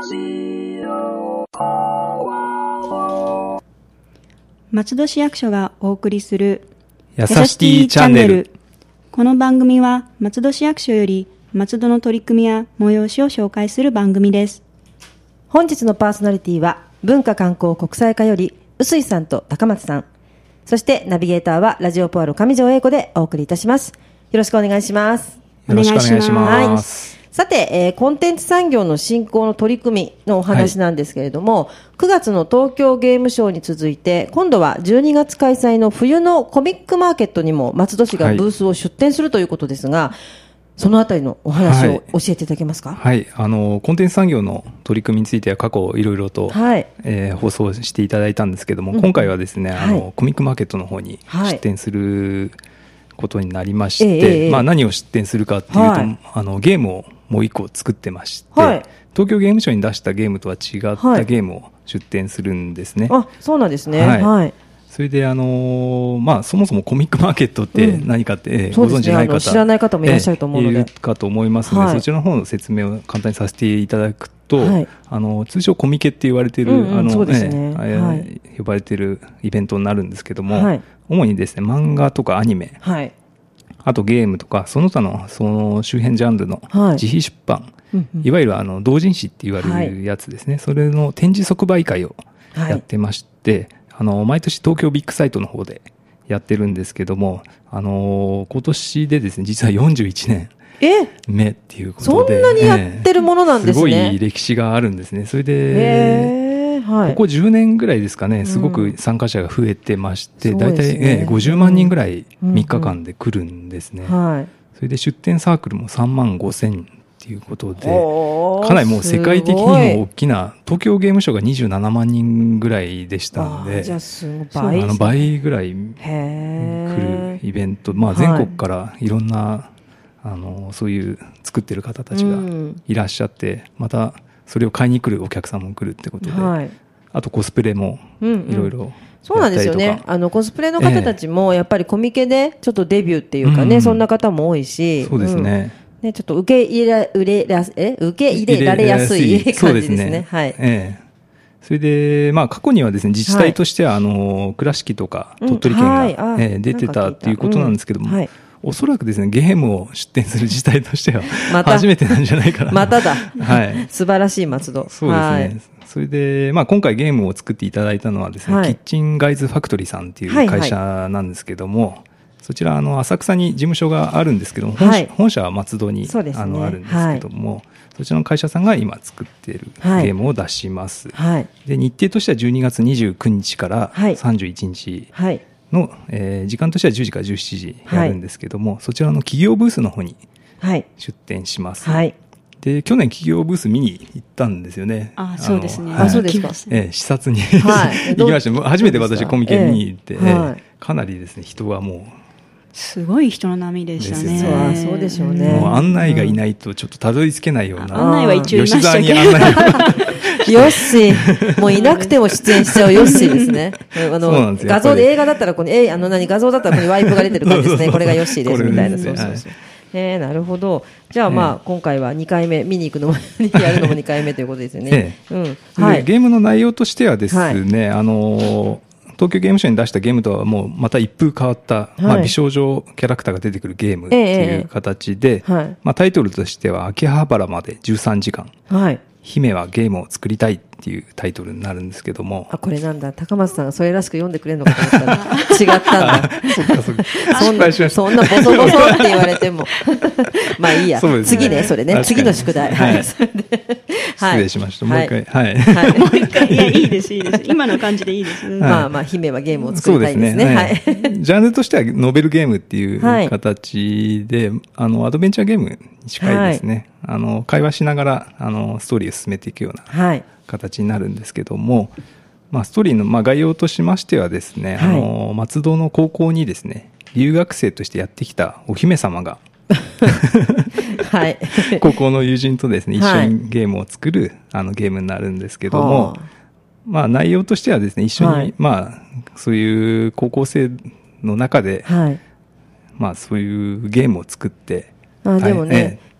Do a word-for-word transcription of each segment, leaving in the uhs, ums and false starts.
松戸市役所がお送りするやさしティチャンネル。 この番組は松戸市役所より松戸の取り組みや催しを紹介する番組です。 本日のパーソナリティは文化観光国際課より臼井さんと高松さん、そしてナビゲーターはラジオポアロ上条英子でお送りいたします。よろしくお願いします。 よろしくお願いします。 はい、さて、えー、コンテンツ産業の振興の取り組みのお話なんですけれども、はい、くがつの東京ゲームショウに続いて今度はじゅうにがつ開催の冬のコミックマーケットにも松戸市がブースを出展するということですが、はい、そのあたりのお話を教えていただけますか。 はい、はい、あのコンテンツ産業の取り組みについては過去いろいろと、はい、えー、放送していただいたんですけども、うん、今回はですね、あの、はい、コミックマーケットの方に出展することになりまして、はい、まあ、何を出展するかっていうと、はい、あのゲームをもう一個作ってまして、はい、東京ゲームショウに出したゲームとは違ったゲームを出展するんですね。 はい、あ、そうなんですね。はいはい、 それで、あのーまあ、そもそもコミックマーケットって何かって、うん、ご存知ない方、 ね、知らない方もいらっしゃると思うので、 いるかと思いますので、はい、そちらの方の説明を簡単にさせていただくと、はい、あの通称コミケって言われている、うんうん、あのね、ね、はい、呼ばれているイベントになるんですけども、はい、主にですね、漫画とかアニメ、はい、あとゲームとかその他のその周辺ジャンルの自費出版、はい、いわゆるあの同人誌って言われるやつですね、はい、それの展示即売会をやってまして、はい、あの毎年東京ビッグサイトの方でやってるんですけども、あの今年でですね、実はよんじゅういちねんめっていうことで、 そんなにやってるものなんですね。 すごい歴史があるんですね。それで、はい、ここじゅうねんぐらいですかね、すごく参加者が増えてまして、だいたいごじゅうまんにんぐらいみっかかんで来るんですね。うんうん、はい、それで出展サークルもさんまんごせんということで、かなりもう世界的にも大きな、東京ゲームショウがにじゅうななまんにんぐらいでしたので、 じゃあすごい倍、 あの倍ぐらい来るイベント、まあ、全国からいろんな、はい、あのそういう作ってる方たちがいらっしゃって、うん、またそれを買いに来るお客さんも来るってことで、はい、あとコスプレもいろいろ、 そうなんですよね。あのコスプレの方たちもやっぱりコミケでちょっとデビューっていうかね、えー、そんな方も多いし、 そうですね、 うん、ね、ちょっと受け入れられらえ受け入れられやすい感じですね。ね、はい。 えーそれで、まあ、過去にはですね、自治体としては、はい、あの倉敷とか鳥取県が、うん、はい、えー、出てたっていうことなんですけども、うん、はい、おそらくですね、ゲームを出展する自治体としては初めてなんじゃないかな。 まただ。はい。素晴らしい松戸。 そうですね。はい、それで、まあ、今回ゲームを作っていただいたのはですね、はい、キッチンガイズファクトリーさんっていう会社なんですけども、はいはい、そちら、あの、浅草に事務所があるんですけども、はい、本社は松戸に、ね、あのあるんですけども、はい、そちらの会社さんが今作っているゲームを出します。はい、で、日程としてはじゅうにがつにじゅうくにちからさんじゅういちにちの、はい、えー、時間としてはじゅうじからじゅうしちじやるんですけども、はい、そちらの企業ブースの方に出展します。はい、で、去年企業ブース見に行ったんですよね。 あ、そうですね。 あ、そうですか。 えー、視察に、はい、行きました。初めて私コミケ見に行って、えーはい、かなりですね、人はもう、 すごい人の波でしたね。 そう、そうでしょうね。 もう案内がいないとちょっとたどり着けないような。 案内は一応いましたけど。 吉沢に案内を。 ヨッシー。もういなくても出演しちゃうヨッシーですね。あの、画像で映画だったらここに、え、あの何、画像だったらここにワイプが出てる感じですね。これがヨッシーですみたいな。そうそうそう。えー、なるほど。じゃあまあ、今回はにかいめ、見に行くのも、やるのもにかいめということですよね。 うん。はい。ゲームの内容としてはですね、あの、東京ゲームショウに出したゲームとはもうまた一風変わった、はい、まあ、美少女キャラクターが出てくるゲームっていう形で、ええ、はい、まあ、タイトルとしては秋葉原までじゅうさんじかん、はい、姫はゲームを作りたいっていうタイトルになるんですけども、 あ、これなんだ、高松さんがそれらしく読んでくれるのかと思ったら違ったんだ。そっかそっか。そんなそんなボソボソって言われてもまあいいや、ね、次ね、それね、次の宿題、はい、それで失礼しました、もう一回、はい、 はい、もう一回、いや、いいですいいです今の感じでいいです、はい、 まあまあ姫はゲームを作りたいんですね。そうですね、はい、 ジャンルとしてはノベルゲームっていう形で、はい、あのアドベンチャーゲームに近いですね、はい、あの会話しながらあのストーリーを進めていくような、はい、形になるんですけども、まあ、ストーリーのまあ概要としましてはですね、はい、あの松戸の高校にですね、留学生としてやってきたお姫様がはい、高校の友人とですね、一緒にゲームを作る、はい、あのゲームになるんですけども、まあ、内容としてはですね、一緒に、はい、まあ、そういう高校生の中で、はい、まあ、そういうゲームを作って、 あ、でもね、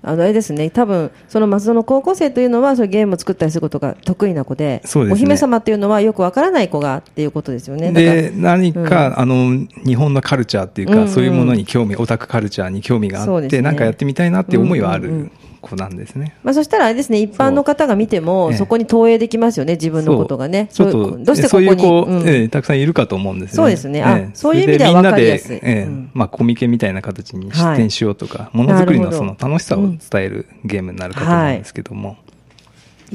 あのあれですね、多分その松戸の高校生というのはそういうゲームを作ったりすることが得意な子で、 そうですね、 お姫様というのはよくわからない子がっていうことですよね。 で何か、うん、あの日本のカルチャーっていうか、うんうん、そういうものに興味、オタクカルチャーに興味があって、ね、なんかやってみたいなっていう思いはある、うんうんうん、子なんですね。 まあ、そしたらあれですね、一般の方が見ても そ,、ええ、そこに投影できますよね、自分のことがね。 ちょっとどうしてここにそういう子、うんええ、たくさんいるかと思うんですよね。 そうですね、あ、ええ、そういう意味では分かりやすい。 みんなで、ええうん、まあ、コミケみたいな形に出展しようとか、ものづくりのその楽しさを伝えるゲームになるかと思うんですけども、はい、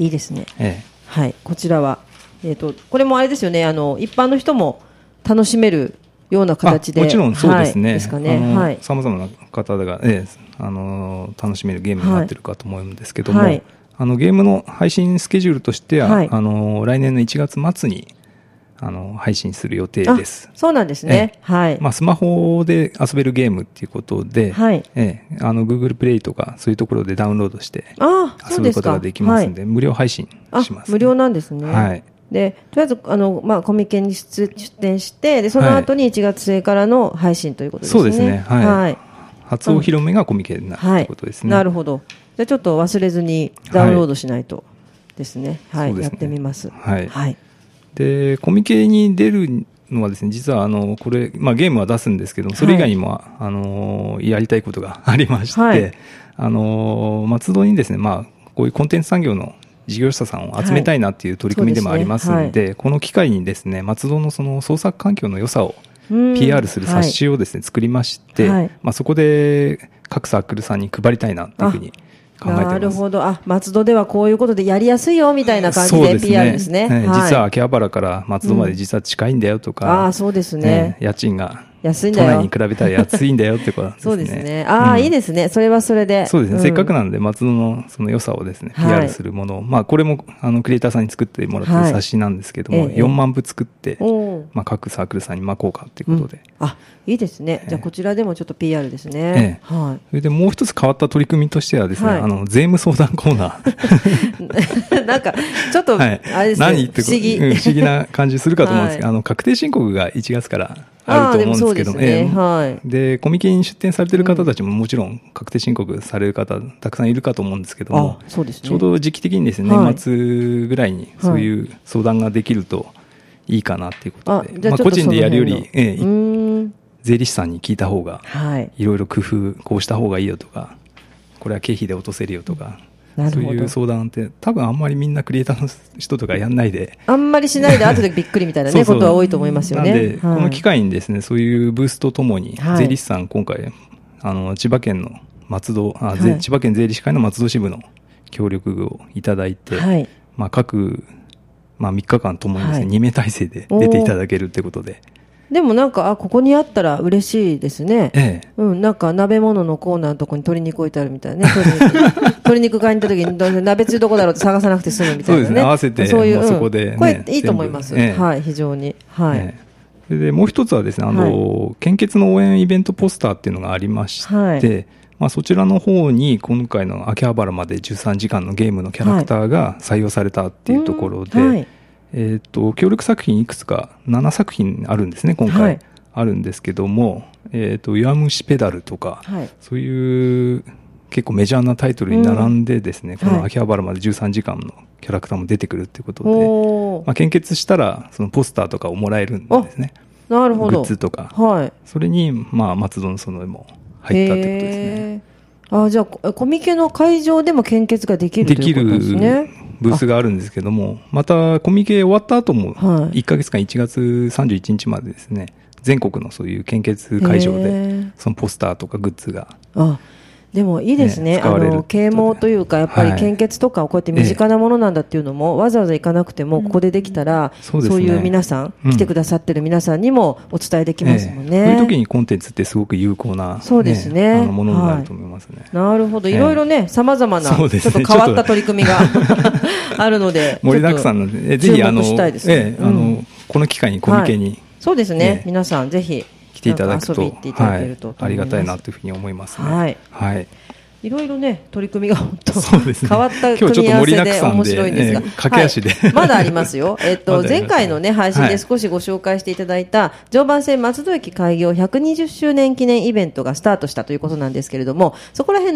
いいですね、 ええはい、こちらは、えーと、これもあれですよね、あの一般の人も楽しめるような形で。 もちろんそうですね、 はい、ですかね、はい、 さまざまな方が、ええ、あの楽しめるゲームになっているかと思うんですけども、はい、あのゲームの配信スケジュールとしては、はい、あの来年のいちがつ末にあの配信する予定です。 そうなんですね、はいまあ、スマホで遊べるゲームっていうことで、はいええ、あの Google プレイとかそういうところでダウンロードして遊ぶことができますので、無料配信します、ね、 無料なんですね、 はいでとりあえずあの、まあ、コミケに 出, 出展してでその後にいちがつ末からの配信ということですね。 そうですね、はいはい、初お披露目がコミケになるということですね、 はい、なるほど。じゃあちょっと忘れずにダウンロードしないとですね、はいはい、やってみます、 はいはい、でコミケに出るのはですね、実はあのこれ、まあ、ゲームは出すんですけども、それ以外にも、はい、あのやりたいことがありまして、はい、あの松戸にですね、まあ、こういうコンテンツ産業の事業者さんを集めたいなっていう取り組みでもありますので、はいでねはい、この機会にですね、松戸のその創作環境の良さを ピーアール する冊子をですね、はい、作りまして、はいまあ、そこで各サークルさんに配りたいなっていうふうに考えてます。 なるほど。あ、松戸ではこういうことでやりやすいよみたいな感じで ピーアール ですね。 はい、実は秋葉原から松戸まで実は近いんだよとか、うん、 あそうですね、 えー、家賃が安いんだよ、 都内に比べたら安いんだよってことですね。 そうですね。ああ、うん、いいですね。それはそれで。 そうですね。うん、せっかくなんで松戸のその良さをですね、はい、ピーアール するものを、まあこれもあのクリエイターさんに作ってもらってる冊子なんですけども、はい、よんまんぶ作って、ええ、まあ各サークルさんに巻こうかということで。 うん、あ、いいですね。じゃあこちらでもちょっと ピーアール ですね。 ええ、はい。それでもう一つ変わった取り組みとしてはですね、はい、あの税務相談コーナー。なんかちょっと、はい、あれですね。 何言って不思議、うん、不思議な感じするかと思うんですけど、はい、あの確定申告がいちがつからあると思うんですけども、ねえーはい、でコミケに出展されている方たちももちろん確定申告される方たくさんいるかと思うんですけども、 そうですね、 ちょうど時期的にですね、はい、年末ぐらいにそういう相談ができるといいかなということで、はいまあ、個人でやるより、えー、税理士さんに聞いた方が、はい、いろいろ工夫こうした方がいいよとか、これは経費で落とせるよとか、そういう相談って多分あんまりみんなクリエイターの人とかやんないであんまりしないで後でびっくりみたいな、ね、そうそうことは多いと思いますよね。 なんで、はい、この機会にですね、そういうブースとともに、はい、税理士さん今回あの千葉県の松戸あ、はい、千葉県税理士会の松戸支部の協力をいただいて、はいまあ、各、まあ、みっかかんともにですね、はい、にめい体制で出ていただけるってことで、 でもなんかあここにあったら嬉しいですね、 ええうん、なんか鍋物のコーナーのとこに鶏肉置いてあるみたいなね、鶏肉, 鶏肉買いに行った時に鍋つゆどこだろうって探さなくて済むみたいなね。 そうですね、合わせてそういう、うん、そこで、ね、 これいいと思います、ええはい、非常に、はいええそれでもう一つはですね、あの、はい、献血の応援イベントポスターっていうのがありまして、はいまあ、そちらの方に今回の秋葉原までじゅうさんじかんのゲームのキャラクターが採用されたっていうところで、はいはいえー、と協力作品いくつかななさく品あるんですね今回、はい、あるんですけども、えー、と弱虫ペダルとか、はい、そういう結構メジャーなタイトルに並んでですね、うん、この秋葉原までじゅうさんじかんのキャラクターも出てくるということで、はいまあ、献血したらそのポスターとかをもらえるんですね。 なるほど。 グッズとか、 はい、 それに、まあ、松戸のその絵も入ったということですね。 あじゃあコミケの会場でも献血ができるということですね。 できるブースがあるんですけども、またコミケ終わった後もいっかげつかんいちがつさんじゅういちにちまでですね、全国のそういう献血会場でそのポスターとかグッズがあでもいいですね、あの啓蒙というかやっぱり献血とかこうやって身近なものなんだっていうのも、はい、わざわざ行かなくてもここでできたら、うん、そうですね、そういう皆さん、うん、来てくださってる皆さんにもお伝えできますもんね、 えー、そういう時にコンテンツってすごく有効な、ね、 そうですね、 あのものになると思いますね、 はい、なるほど、いろいろねさまざまなちょっと変わった取り組みがあるので盛りだくさんなので、ぜひあの、えー、あの、うん、この機会にコミケに、はい、 そうですね、えー、皆さんぜひ来ていただくと、 遊びに行っていただけると、 はい、ありがたいなというふうに思いますね。 はい、 はいいろいろね取り組みが本当変わった組み合わせで面白いんですが、 駆け足で、 はい、まだありますよ。えっと前回のね配信で少しご紹介していただいた常磐線松戸駅開業ひゃくにじゅっしゅうねん記念イベントがスタートしたということなんですけれども、そこら辺の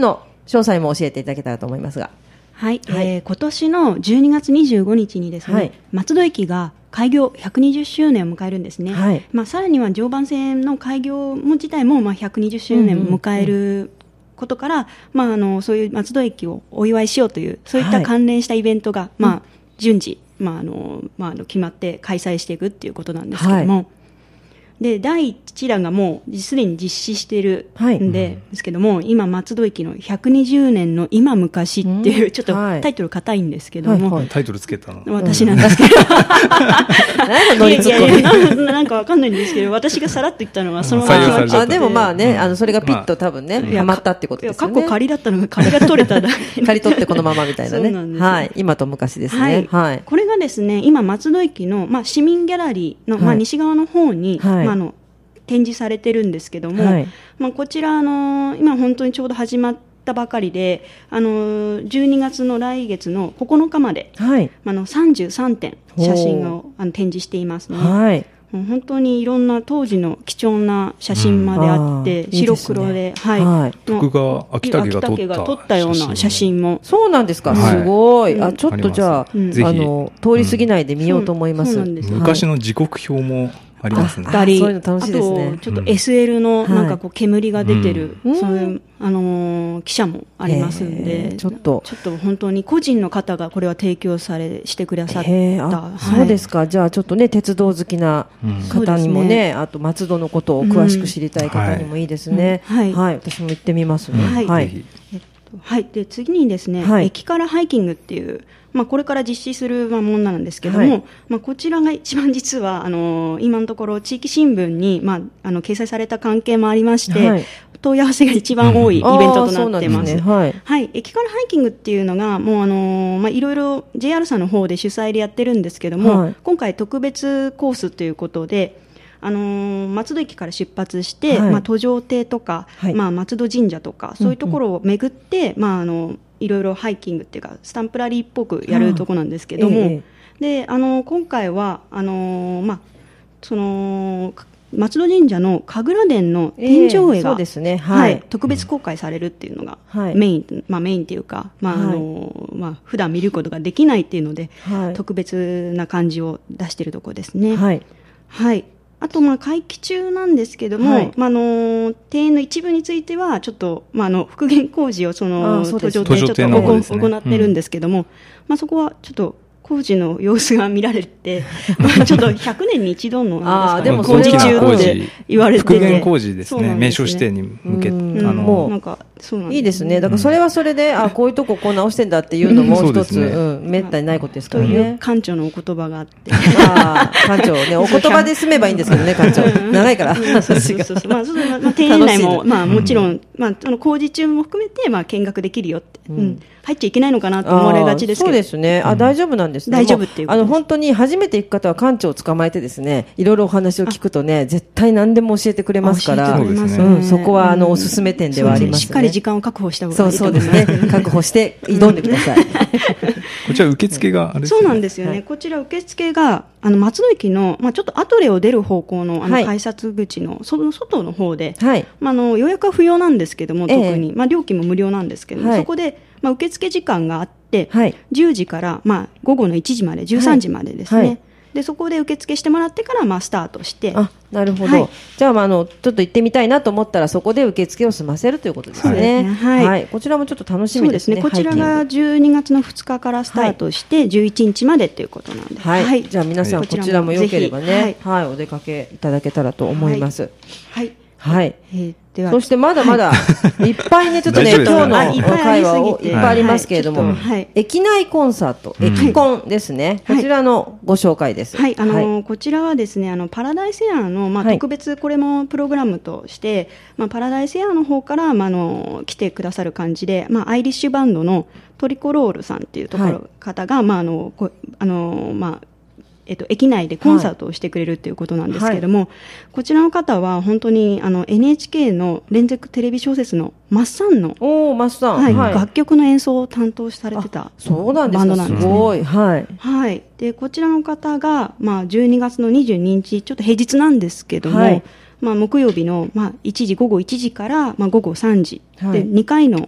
詳細も教えていただけたらと思いますが。 はい、はい、えー、今年のじゅうにがつにじゅうごにちにですね、はい、松戸駅が開業ひゃくにじゅっしゅうねんを迎えるんですね、はい、まあ、さらには常磐線の開業も自体もまあひゃくにじゅっしゅうねんを迎えることから、うんうんうん、まあ、あのそういう松戸駅をお祝いしようというそういった関連したイベントが、はい、まあ、順次、まああのまあ、あの決まって開催していくっていうことなんですけども、はい、でだいいち弾がもうすでに実施しているんで、はい、ですけども、今松戸駅のひゃくにじゅうねんの今昔っていう、うん、ちょっとタイトル硬いんですけども、はいはい、 タイトルつけたの私なんですけど、うん、いやいやいやなんかわかんないんですけど、私がさらっと言ったのはそのまま決まっちゃって、 あでもまあね、うん、あのそれがピッと多分ね、まあ、はまったってことですよね。 過去仮だったのが仮が取れただけ仮取ってこのままみたいなねはい、今と昔ですね、はいはい、 これがですね、今松戸駅の、まあ、市民ギャラリーの、まあ、西側の方に、はい、まあ、あの展示されてるんですけども、はい、まあ、こちらあの今本当にちょうど始まったばかりで、あのじゅうにがつの来月のここのかまで、はい、あのさんじゅうさんてん写真をあの展示していますね、はい、もう本当にいろんな当時の貴重な写真まであって、うん、白黒で、いいですね、はいはい、 徳川秋田家が撮ったが撮ったような写真も、 そうなんですか、はい、すごい、あちょっとじゃあ、うん、あの通り過ぎないで見ようと思います、うん、 す昔の時刻表もありますね。 あり、 そういうの楽しいですね。 あとちょっと エスエル のなんかこう煙が出てる、うん、そういうあのー、記者もありますんで、 ちょっとちょっと本当に個人の方がこれは提供されしてくださった。 はい、そうですか。じゃあちょっとね鉄道好きな方にもね、うん、ね、あと松戸のことを詳しく知りたい方にもいいですね。うん、はい、はい、私も行ってみますね。はい。はい、 えっと、はい、で次にですね、はい、駅からハイキングっていう。まあ、これから実施するものなんですけども、はい、まあ、こちらが一番実はあの今のところ地域新聞に、まあ、あの掲載された関係もありまして、はい、問い合わせが一番多いイベントとなっています。はい、はい、駅からハイキングっていうのがもうあの、まあ、いろいろ ジェイアール さんの方で主催でやってるんですけども、はい、今回特別コースということで、あのー、松戸駅から出発して、はい、まあ、途上亭とか、はい、まあ、松戸神社とかそういうところを巡って、うんうん、まあ、あのいろいろハイキングっていうかスタンプラリーっぽくやるとこなんですけども、ええ、であの今回はあの、まあ、その松戸神社の神楽殿の天井絵が、えそうですね、はいはい、特別公開されるっていうのがメイン、はい、まあ、メインっていうか、まあ、あのまあ、普段見ることができないっていうので、はい、特別な感じを出しているところですね。はい、はい、あと、まあ、会期中なんですけども、はい、まあ、あの庭園の一部についてはちょっと、まあ、あの復元工事をその途上でちょっと行ってるんですけども、うん、まあ、そこはちょっと工事の様子が見られてまあちょっとひゃくねんに一度のなんですか、ね、工事中って言われてて、 復元工事ですね、名所指定に向けて、あのなんかそうなんですね、いいですね。だからそれはそれで、うん、あこういうとここう直してんだっていうのも一つ、うん、めったにないことですからね。 という館長のお言葉があってあ館長ね、お言葉で済めばいいんですけどね、館長長いから庭園内も、まあ、もちろん、まあ、あの工事中も含めて、まあ、見学できるよって、うん、入っちゃいけないのかなと思われがちですけど、 そうですね、あ大丈夫なんですね、 大丈夫っていうことです。 あの本当に初めて行く方は館長を捕まえてですね、いろいろお話を聞くとね、絶対何でも教えてくれますから、 そ, う、ね、うん、そこはあのおすすめ点ではありますね。 しっかり時間を確保した方がいいと思います。 そうそうですね、確保して挑んでくださいこちら受付があれですね。 そうなんですよね、はい、こちら受付があの松戸駅の、まあ、ちょっとアトレを出る方向 の, あの改札口の、はい、その外の方で、はい、まあ、あの予約は不要なんですけども、特に、ええ、まあ、料金も無料なんですけども、はい、そこで、まあ、受付時間があって、はい、じゅうじから、まあ、午後のいちじまでじゅうさんじまでですね、はいはい、でそこで受付してもらってから、まあ、スタートして。 あなるほど、はい、じゃあ、まあ、あのちょっと行ってみたいなと思ったらそこで受付を済ませるということですね。はいはい、こちらもちょっと楽しみですね。 そうですね、こちらがじゅうにがつのふつかからスタートして、はい、じゅういちにちまでということなんで、 はいはい、じゃあ皆さん、はい、こちらもよければね、はいはい、お出かけいただけたらと思います。はい、はい、えーではそしてまだまだ、はい、いっぱいねちょっとね今日の会話をいっぱいありますけれども、はい、駅内コンサート、駅コンですね、はい、こちらのご紹介です。 はい、あのーはい、こちらはですね、あのパラダイスエアの、まあ、特別これもプログラムとして、はい、まあ、パラダイスエアの方から、まあ、あの来てくださる感じで、まあ、アイリッシュバンドのトリコロールさんっていうところ、はい、方が、まああのこあのまあえっと、駅内でコンサートをしてくれるということなんですけれども、はい、こちらの方は本当にあの エヌエイチケー の連続テレビ小説のマッサンのおマッサン、 はいはい、楽曲の演奏を担当されてたバンドなんですね。すごい、はいはい、でこちらの方が、まあ、じゅうにがつのにじゅうににちちょっと平日なんですけども、はい、まあ、木曜日の、まあ、いちじ午後いちじから、まあ、午後さんじ、はい、でにかいの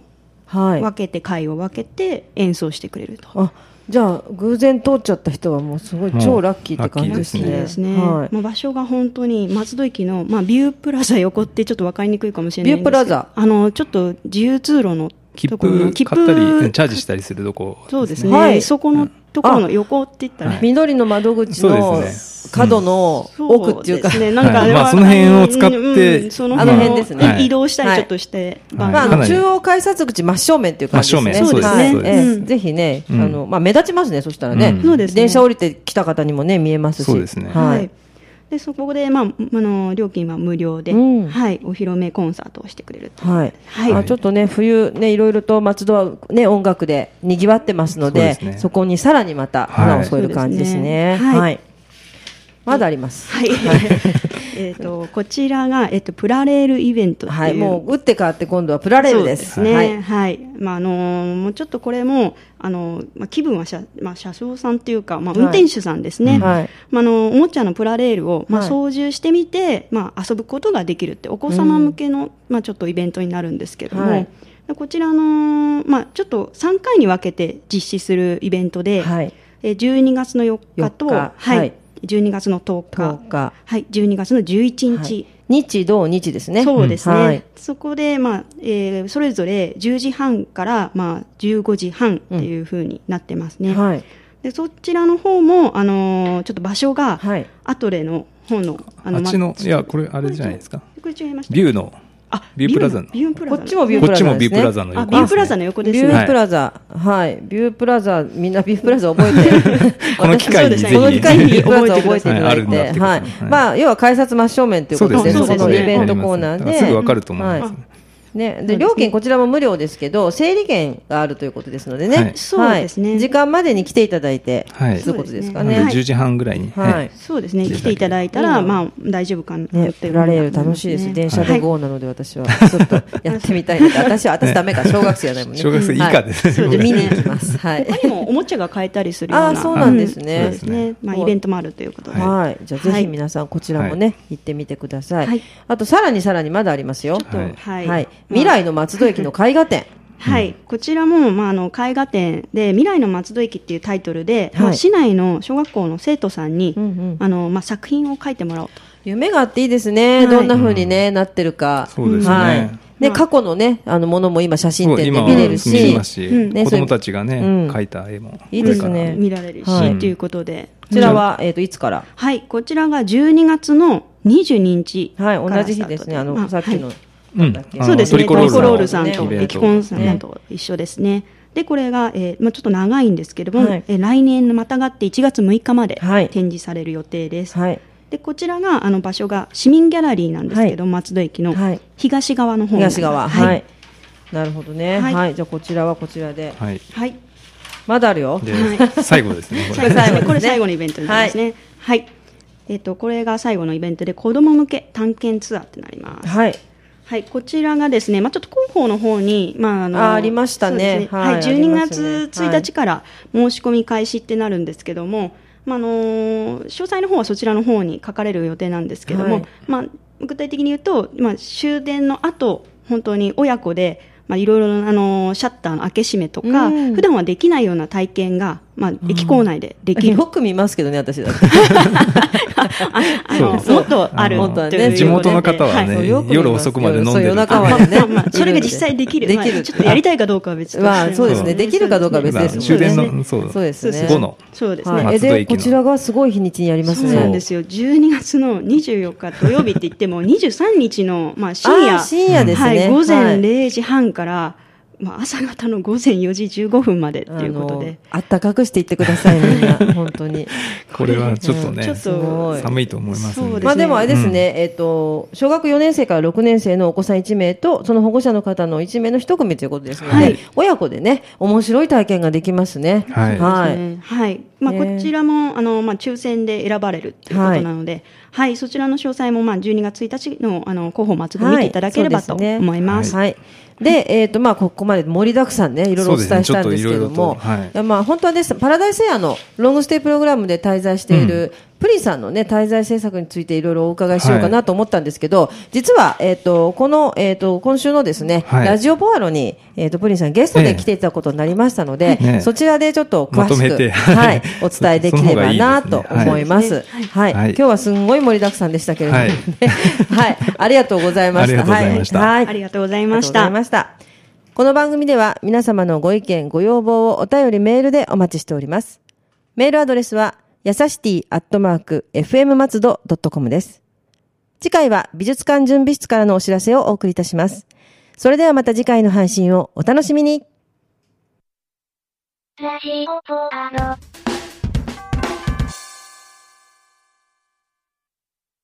分けて、回を分けて演奏してくれると。 あ、じゃあ偶然通っちゃった人はもうすごい超ラッキーって感じですね。 ラッキーですね。はい、まあ、場所が本当に松戸駅の、まあ、ビュープラザ横ってちょっと分かりにくいかもしれないんですけど、 ビュープラザ、 あのちょっと自由通路の切符買ったりチャージしたりするとこ、 ね、そうですね、はい、そこのところの横って言ったら、ね、 緑の窓口の角の奥っていうか、 そうですね、なんかあれは、 はい、まあ、その辺を使って、 うん、そのあの辺ですね、 はい、移動したりちょっとして、 はい、まあ、あの中央改札口真正面っていう感じですね。 真正面、そうですね、 はい、えー、ぜひね、うん、あのまあ、目立ちますね。そしたらね、うん、電車降りてきた方にもね見えますし、 そうですね、 はい、でそこで、まあ、あの料金は無料で、うん、はい、お披露目コンサートをしてくれると、 はいはい、まあ、ちょっとね冬ねいろいろと松戸は、ね、音楽でにぎわってますの で, そ, で、ね、そこにさらにまた花を添える感じですね。はい、はい、まだあります。 はいえーとこちらが、えーと、プラレールイベントっていう、はい、 もう打って変わって今度はプラレールです。 そうですね、はいはい、まああのー、もうちょっとこれもあの、まあ、気分は車、まあ、車掌さんというか、まあ、運転手さんですね、はい、まあ、あのおもちゃのプラレールを、まあ、操縦してみて、はい、まあ、遊ぶことができるってお子様向けの、うん、まあ、ちょっとイベントになるんですけども、はい、こちらの、まあ、ちょっとさんかいに分けて実施するイベントで、はい、えじゅうにがつのよっかと、はいはい、じゅうにがつのとおか、とおか、はい、じゅうにがつのじゅういちにち、はい、 日土日ですね。 そうですね、 はい、 そこで、まあえー、それぞれじゅうじはんから、まあ、じゅうごじはんっていう風になってますね、うん、はい、でそちらの方も、あのー、ちょっと場所が、はい、アトレの方のあのあっちの、いやこれあれじゃないですか、ビューのビュープラザのビュープラザこっちもビュープラザですね。 こっちもビュープラザの横、 あ、ビュープラザの横ですね。 ビュープラザ、はい、ビュープラザ、みんなビュープラザ覚えてこの機会にぜひこの機会にビュープラザ覚えていただいて、はい、はい、まあ要は改札真正面ということで、そこのイベントコーナーで、 すぐわかると思います。はいね、で料金こちらも無料ですけど整理券があるということですのでね、はい、 そうですね、 時間までに来ていただいて、はい、そういうことですかね、 はい、じゅうじはんぐらいに、 はい、そうですね、来ていただいたら、まあ、大丈夫かなっていう、 ね、プラレール楽しいです、ね、電車で ゴー なので私はちょっとやってみたいので、私は私ダメか、小学生じゃないもんね、 小学生以下ですね、 はい、見に行きます、はい、 他にもおもちゃが買えたりするような、 あ、そうなんですね、 うん、そうですね、まあ、イベントもあるということで、 はい、じゃあぜひ皆さんこちらもね、はい、行ってみてください、はい、あとさらにさらにまだありますよ、 はいはい、未来の松戸駅の絵画展はい、こちらも、まあ、あの絵画展で未来の松戸駅っていうタイトルで、はい、まあ、市内の小学校の生徒さんに、うんうん、あのまあ、作品を描いてもらおうと。 夢があっていいですね、はい、どんな風に、ね、うん、なってるか。 そうですね、はい、 で過去のね、あのものも今写真展で見れるし、 見ますし、うん、子供たちがね、うん、描いた絵もいいですね、 見られるし、はい、ということで、 こちらは、えーと、いつから？ はい、こちらがじゅうにがつのにじゅうににちからはい、同じ日ですね、あの、あ、さっきの、はい、 うん、そうですね、トリコロールさんとエキコンさんと一緒ですね。でこれが、えーまあ、ちょっと長いんですけれども、はい、えー、来年のまたがっていちがつむいかまで展示される予定です、はい、でこちらがあの場所が市民ギャラリーなんですけど、はい、松戸駅の東側の方に、 東側、はい、はい、なるほどね、はいはい、じゃあこちらはこちらで、はい、はい、まだあるよ、 はい、最後ですねこれ最後ですね、これ最後のイベントになりますね、はい、はい、えーと、これが最後のイベントで子ども向け探検ツアーってなります。はい、はい、こちらがですね、まあ、ちょっと広報の方に、まあ、あのあ, ありましたね、 ね、はい、じゅうにがつついたちから申し込み開始ってなるんですけども、はい、まあ、あの詳細の方はそちらの方に書かれる予定なんですけども、はい、まあ、具体的に言うと、まあ、終電の後本当に親子でまあ、いろいろなあのシャッターの開け閉めとか、うん、普段はできないような体験が、まあ、駅構内でできる、 うん、よく見ますけどね、私だってあのもっとあるという、ね、地元の方はね、はい、夜遅くまで飲んでる、 夜中までね、 まあまあ、それが実際できる、できる、まあ、ちょっとやりたいかどうかは別として、 まあ、そうですね、できるかどうかは別です、ね、 終電のそうですね、 後のそうですね、 はい、でこちらがすごい日にちにやりますね。 そうなんですよ、じゅうにがつのにじゅうよっか土曜日って言ってもにじゅうさんにちの、まあ、深夜、 深夜ですね、はい、 午前れいじはんから、まあ、朝方のごぜんよじじゅうごふんまでということで、 あったかくしていってください、みんな本当にこれはちょっとね、 うん、ちょっと寒いと思いますので、 まあ、でもあれですね、うん、えーと、小学よねんせいからろくねんせいのお子さんいちめいとその保護者の方のいちめいの一組ということですので、はい、親子でね面白い体験ができますね。 はい、 はいはい、まあ、こちらもあの、まあ、抽選で選ばれるということなので、はいはい、そちらの詳細もまあじゅうにがつついたちの、あの広報松戸見ていただければ、はい、と思います。 はい、で、えーとまあ、ここまで盛りだくさんねいろいろお伝えしたんですけども、はい、まあ、本当はですパラダイスエアのロングステイプログラムで滞在している、うん、 プリンさんのね、滞在政策についていろいろお伺いしようかなと思ったんですけど、はい、実は、えっ、ー、と、この、えっ、ー、と、今週のですね、はい、ラジオポアロに、えっ、ー、と、プリンさんゲストで来ていただくことになりましたので、ね、そちらでちょっと詳しく、はい、お伝えできればなと思います。はい。はい。今日はすんごい盛りだくさんでしたけれどもね。はい。ありがとうございました。 はい。 はい。ありがとうございました。 ありがとうございました。この番組では皆様のご意見、ご要望をお便りメールでお待ちしております。メールアドレスは、やさしティアットマーク エフエム 松戸 ドットコム です。次回は美術館準備室からのお知らせをお送りいたします。それではまた次回の配信をお楽しみに。ラジオポアロ。